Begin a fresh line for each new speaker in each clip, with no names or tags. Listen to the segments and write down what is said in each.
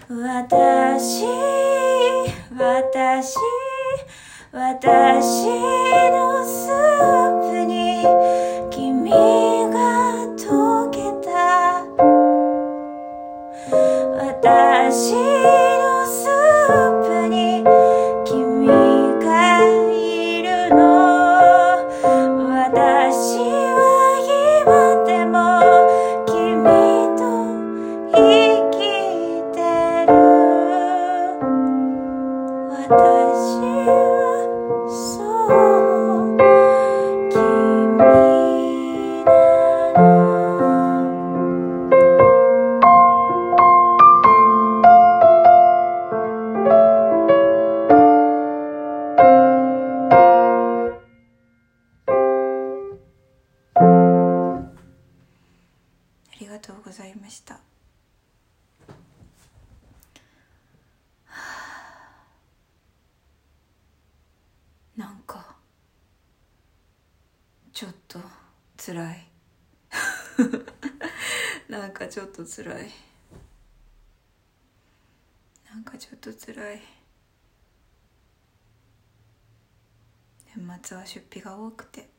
私のスープに君が溶けた。私のスープに君がいるの。私は今でも君と生きてる。私はそう君なの。ありがとうございました。なんかちょっと辛いなんかちょっと辛い。年末は出費が多くて、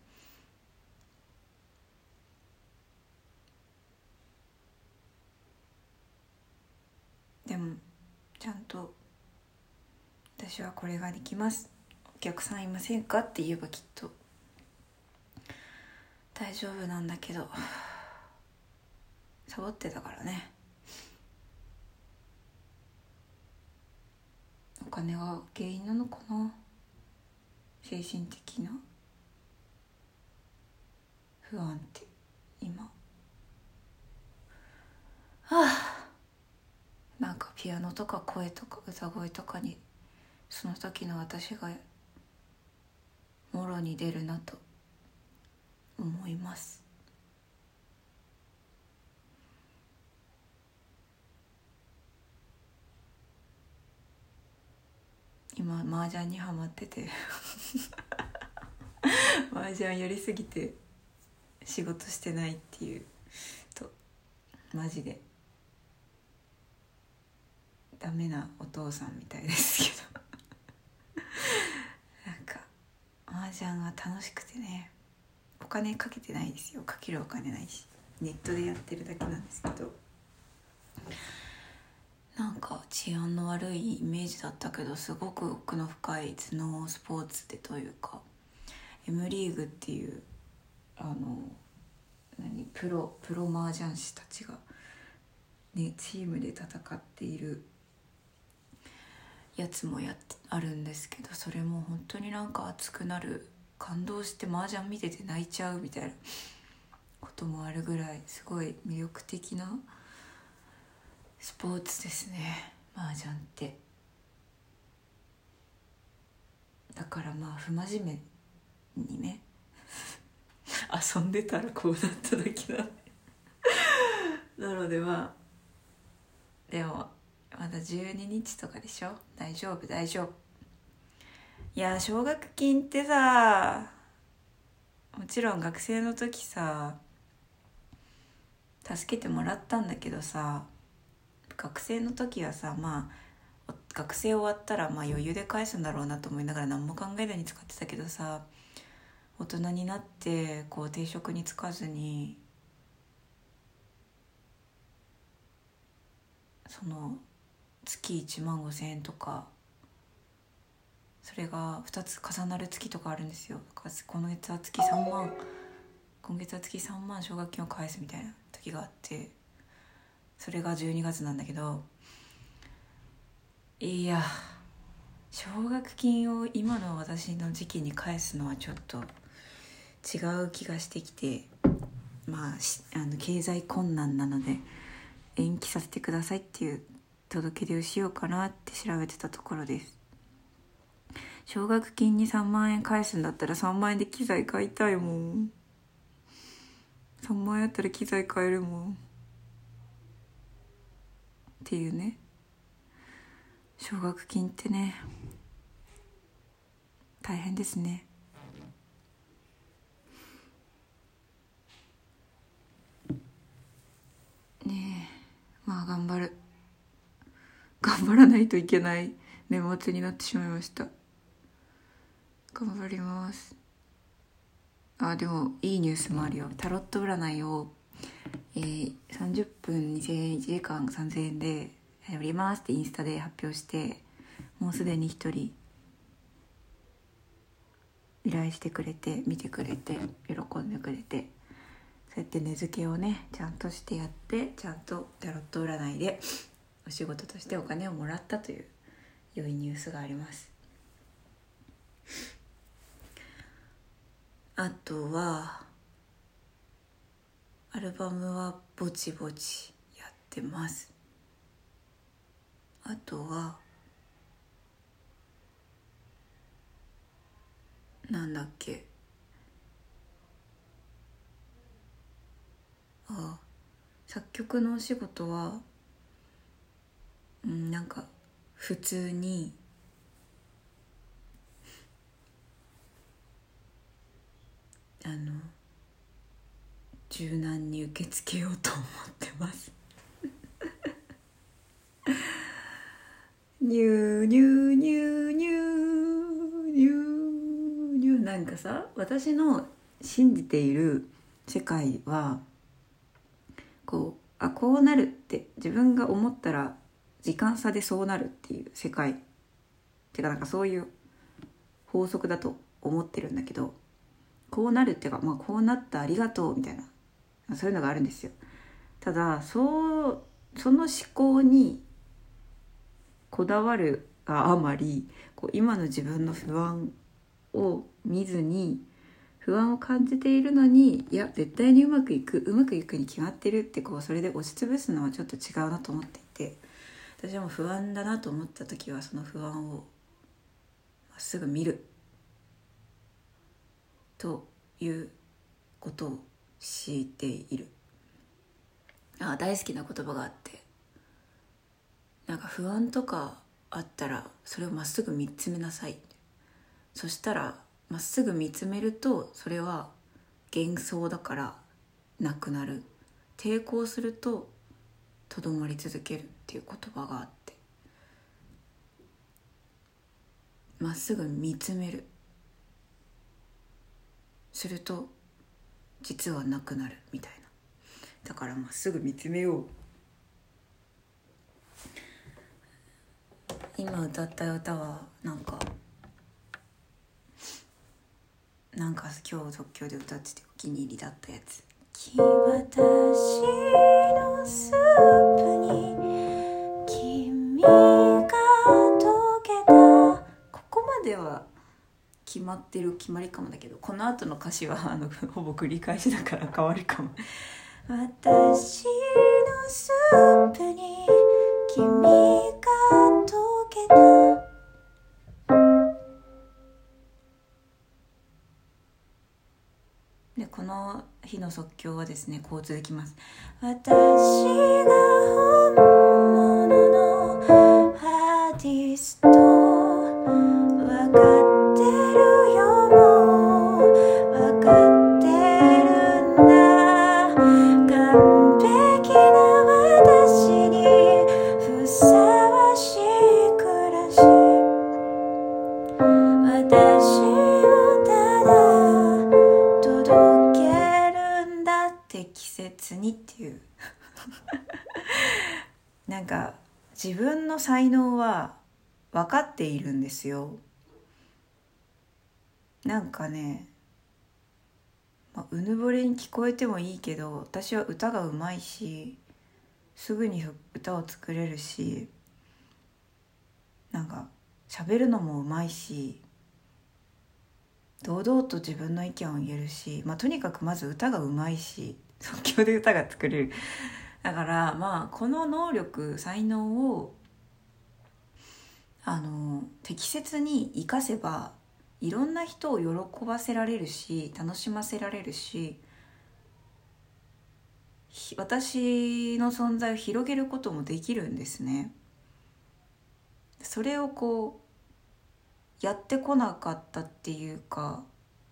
でもちゃんと私はこれができます、お客さんいませんかって言えばきっと大丈夫なんだけど、サボってたからね。お金が原因なのかな。精神的な不安って今なんかピアノとか声とか歌声とかにその時の私がもろに出るなと思います。今麻雀にハマってて麻雀やりすぎて仕事してないっていうとマジでダメなお父さんみたいですけどなんか麻雀が楽しくてね、お金かけてないですよ。かけるお金ないし、ネットでやってるだけなんですけど、なんか治安の悪いイメージだったけど、すごく奥の深い頭脳スポーツでというか、 M リーグっていうプロ麻雀師たちがねチームで戦っているやつもあるんですけど、それも本当になんか熱くなる、感動して麻雀見てて泣いちゃうみたいなこともあるぐらいすごい魅力的なスポーツですね、麻雀って。だからまあ不真面目にね遊んでたらこうなっただけなんでなのでまあでもまだ12日とかでしょ、大丈夫。いや奨学金ってさ、もちろん学生の時さ助けてもらったんだけどさ、学生の時はさ、まあ学生終わったらまあ余裕で返すんだろうなと思いながら何も考えずに使ってたけどさ、大人になってこう定職に就かずにその月1万5千円とか、それが2つ重なる月とかあるんですよ。今月は月3万奨学金を返すみたいな時があって、それが12月なんだけど、いや奨学金を今の私の時期に返すのはちょっと違う気がしてきて、まあ経済困難なので延期させてくださいっていう届け出をしようかなって調べてたところです。奨学金に3万円返すんだったら3万円で機材買いたいもん。3万円あったら機材買えるもんっていうね。奨学金ってね大変ですね。ねえ、まあ頑張る。 張らないといけない年末になってしまいました。頑張ります。でもいいニュースもあるよ。タロット占いを、30分2000円、1時間3000円でやりますってインスタで発表して、もうすでに1人依頼してくれて、見てくれて、喜んでくれて、そうやって値付けをねちゃんとしてやって、ちゃんとタロット占いでお仕事としてお金をもらったという良いニュースがあります。あとはアルバムはぼちぼちやってます。あとはなんだっけ、作曲のお仕事はなんか普通に柔軟に受け付けようと思ってますニューニューニューニューニューニュー、なんかさ、私の信じている世界はこうなるって自分が思ったら時間差でそうなるっていう世界てか、なんかそういう法則だと思ってるんだけど、こうなるっていうか、こうなったありがとうみたいな、そういうのがあるんですよ。ただその思考にこだわるがあまり、今の自分の不安を見ずに、不安を感じているのに、いや絶対にうまくいくに決まってるって、それで押しつぶすのはちょっと違うなと思っていて、私はもう不安だなと思った時はその不安をまっすぐ見るということをしている。大好きな言葉があって、なんか不安とかあったらそれをまっすぐ見つめなさい。そしたらまっすぐ見つめると、それは幻想だからなくなる。抵抗するととどまり続けるっていう言葉があって、まっすぐ見つめる、すると実はなくなるみたいな。だからまっすぐ見つめよう。今歌った歌はなんか今日即興で歌っててお気に入りだったやつ。私のスープに君が溶けた。ここまでは決まりかもだけど、この後の歌詞はほぼ繰り返しだから変わるかも。私のスープに君が溶けた。でこの日の即興はですね、こう続きます。私が本物のアーティスト、分かってるよ、もう分かってるんだ。完璧な私にふさわしい暮らし、私をただ届けるんだって、季節にっていうなんか自分の才能は分かっているんですよ。なんかね、うぬぼれに聞こえてもいいけど、私は歌がうまいし、すぐに歌を作れるし、なんか喋るのもうまいし、堂々と自分の意見を言えるし、とにかくまず歌がうまいし、即興で歌が作れる。だからこの能力才能を適切に生かせば、いろんな人を喜ばせられるし、楽しませられるし、私の存在を広げることもできるんですね。それをやってこなかったっていうか、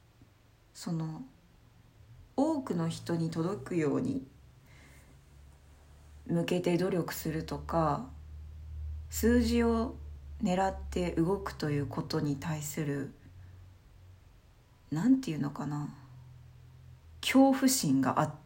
多くの人に届くように向けて努力するとか、 数字を狙って動くということに対するなんていうのかな、恐怖心があって、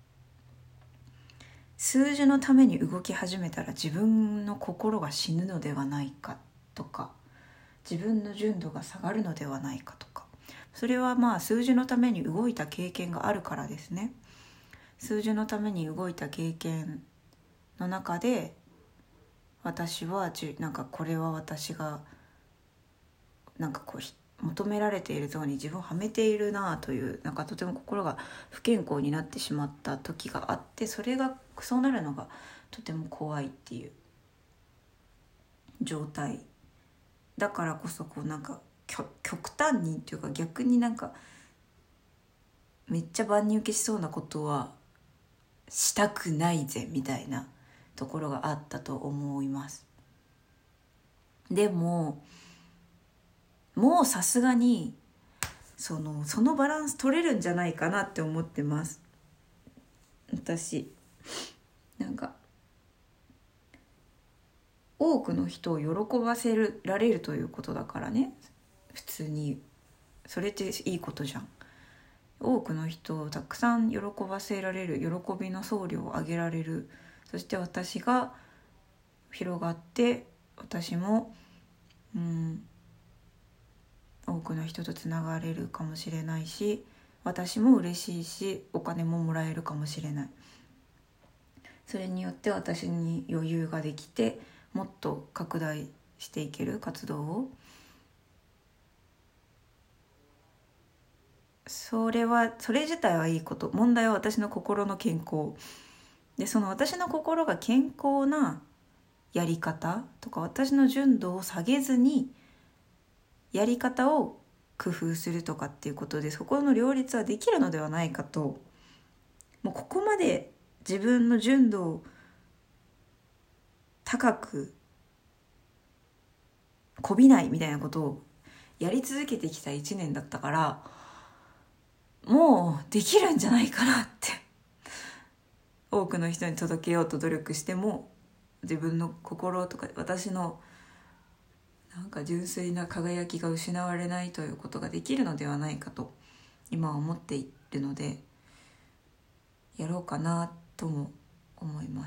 数字のために動き始めたら自分の心が死ぬのではないかとか、自分の純度が下がるのではないかとか、それはまあ数字のために動いた経験があるからですね。数字のために動いた経験の中で、私はなんかこれは私がなんかこう求められているゾーンに自分をはめているなという、なんかとても心が不健康になってしまった時があって、それがそうなるのがとても怖いっていう状態だからこそ、こうなんか極端にっていうか、逆になんかめっちゃ万人受けしそうなことはしたくないぜみたいなところがあったと思います。でももうさすがにそのバランス取れるんじゃないかなって思ってます。私なんか多くの人を喜ばせられるということだからね、普通にそれっていいことじゃん。多くの人をたくさん喜ばせられる、喜びの総量を上げられる、そして私が広がって私も多くの人とつながれるかもしれないし、私も嬉しいしお金ももらえるかもしれない。それによって私に余裕ができて、もっと拡大していける活動を、それ自体はいいこと。問題は私の心の健康で、その私の心が健康なやり方とか、私の純度を下げずにやり方を工夫するとかっていうことで、そこの両立はできるのではないかと。もうここまで自分の純度を高くこびないみたいなことをやり続けてきた1年だったから、もうできるんじゃないかなって多くの人に届けようと努力しても、自分の心とか私のなんか純粋な輝きが失われないということができるのではないかと今は思っているので、やろうかなとも思います。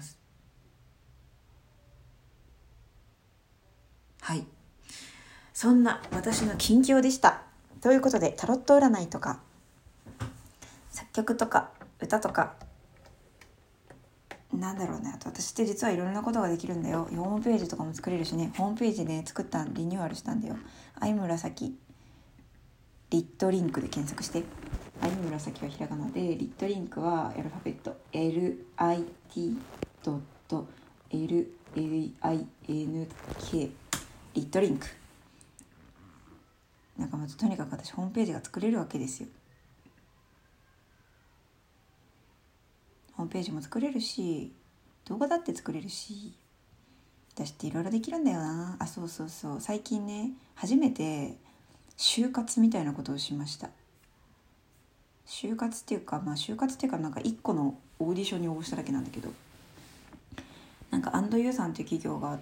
はい、そんな私の近況でした。ということで、タロット占いとか作曲とか歌とか、なんだろうね、あと私って実はいろんなことができるんだよ。ホームページとかも作れるしね。ホームページで作ったリニューアルしたんだよ。相紫リットリンクで検索して。相紫はひらがなで、リットリンクはアルファベット LIT.LAINK リットリンク。なんかまずとにかく私ホームページが作れるわけですよ。ホームページも作れるし、動画だって作れるし、私っていろいろできるんだよな。あ、そう最近ね、初めて就活みたいなことをしました。就活っていうかなんか一個のオーディションに応募しただけなんだけど、なんか&Uさんっていう企業があって、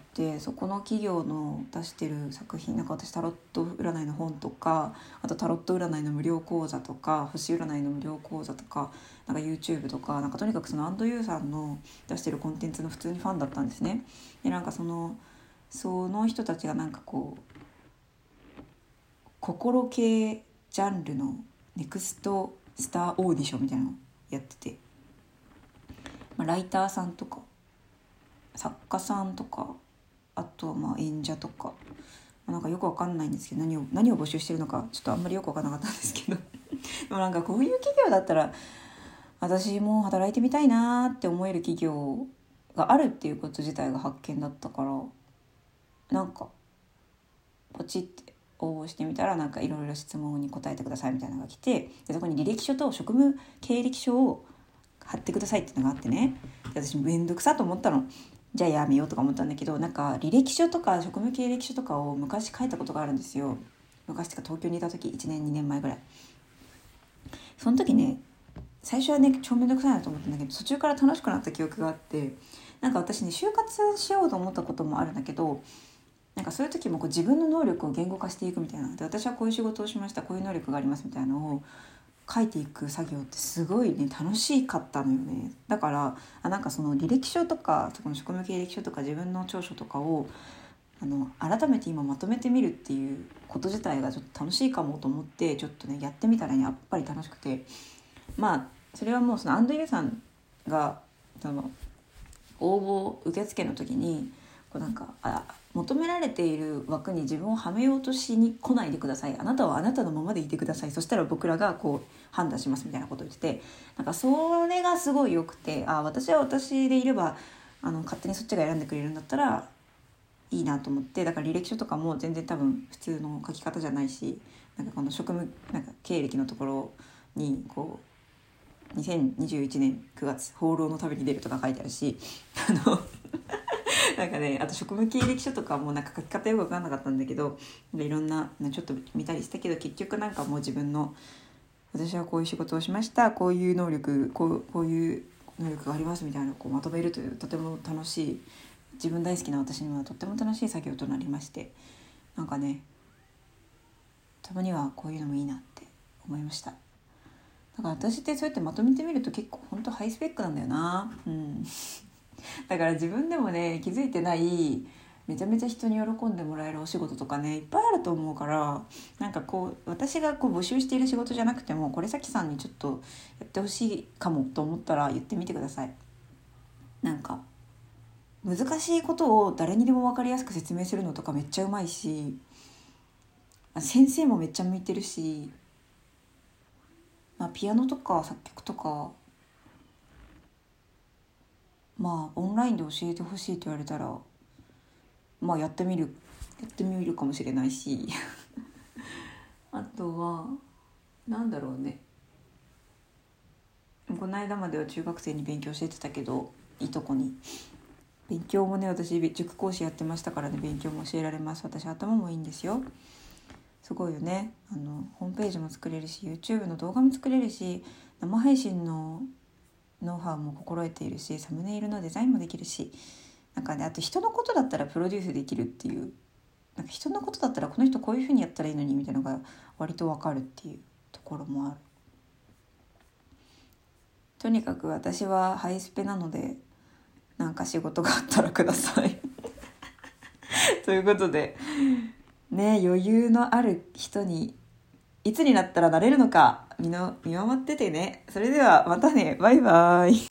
そこの企業の出してる作品、なんか私タロット占いの本とか、あとタロット占いの無料講座とか、星占いの無料講座とか、なんか YouTube とか、なんかとにかくその&Uさんの出してるコンテンツの普通にファンだったんですね。でなんかその人たちがなんかこう心系ジャンルのネクストスターオーディションみたいなのやってて、ライターさんとか作家さんとか、あとは演者とか、なんかよくわかんないんですけど、何を募集してるのかちょっとあんまりよくわかんなかったんですけどでもなんかこういう企業だったら私も働いてみたいなって思える企業があるっていうこと自体が発見だったから、なんかポチって応募してみたら、なんかいろいろ質問に答えてくださいみたいなのが来て、でそこに履歴書と職務経歴書を貼ってくださいっていうのがあってね、で私めんどくさと思ったの。じゃあやめようとか思ったんだけど、なんか履歴書とか職務経歴書とかを昔書いたことがあるんですよ。昔とか東京にいた時、1年2年前ぐらい。その時ね、 最初はね超めんどくさいなと思ったんだけど、途中から楽しくなった記憶があって、なんか私ね就活しようと思ったこともあるんだけど、なんかそういう時もこう自分の能力を言語化していくみたいな、で私はこういう仕事をしました、こういう能力がありますみたいなのを書いていく作業ってすごいね楽しかったのよね。だからなんかその履歴書とかそこの職務経歴書とか自分の長所とかを改めて今まとめてみるっていうこと自体がちょっと楽しいかもと思って、ちょっとねやってみたらねやっぱり楽しくて、まあそれはもうそのアンドリューさんがその応募受付の時にこうなんか求められている枠に自分をはめようとしに来ないでください、あなたはあなたのままでいてください、そしたら僕らがこう判断しますみたいなことを言ってて、なんかそれがすごい良くて、私は私でいれば勝手にそっちが選んでくれるんだったらいいなと思って、だから履歴書とかも全然多分普通の書き方じゃないし、なんかこの職務なんか経歴のところにこう2021年9月放浪の旅に出るとか書いてあるしなんかね、あと職務経歴書とかもなんか書き方よく分かんなかったんだけど、いろんなちょっと見たりしたけど、結局なんかもう自分の私はこういう仕事をしました、こういう能力こういう能力がありますみたいなのをこうまとめるというとても楽しい、自分大好きな私にはとっても楽しい作業となりまして、なんかねたまにはこういうのもいいなって思いました。だから私ってそうやってまとめてみると結構ほんとハイスペックなんだよな。だから自分でもね気づいてないめちゃめちゃ人に喜んでもらえるお仕事とかねいっぱいあると思うから、なんかこう私がこう募集している仕事じゃなくてもこれさきさんにちょっとやってほしいかもと思ったら言ってみてください。なんか難しいことを誰にでも分かりやすく説明するのとかめっちゃうまいし、先生もめっちゃ向いてるし、ピアノとか作曲とかオンラインで教えてほしいと言われたらやってみるかもしれないしあとはなんだろうね、この間までは中学生に勉強教えてたけど、いとこに勉強もね私塾講師やってましたからね、勉強も教えられます。私頭もいいんですよ。すごいよね。ホームページも作れるし YouTube の動画も作れるし、生配信のノウハウも心得ているし、サムネイルのデザインもできるし、なんかね、あと人のことだったらプロデュースできるっていう、なんか人のことだったらこの人こういう風にやったらいいのにみたいなのが割と分かるっていうところもある。とにかく私はハイスペなので、なんか仕事があったらくださいということでね、余裕のある人にいつになったらなれるのか見守っててね。それではまたね、バイバイ。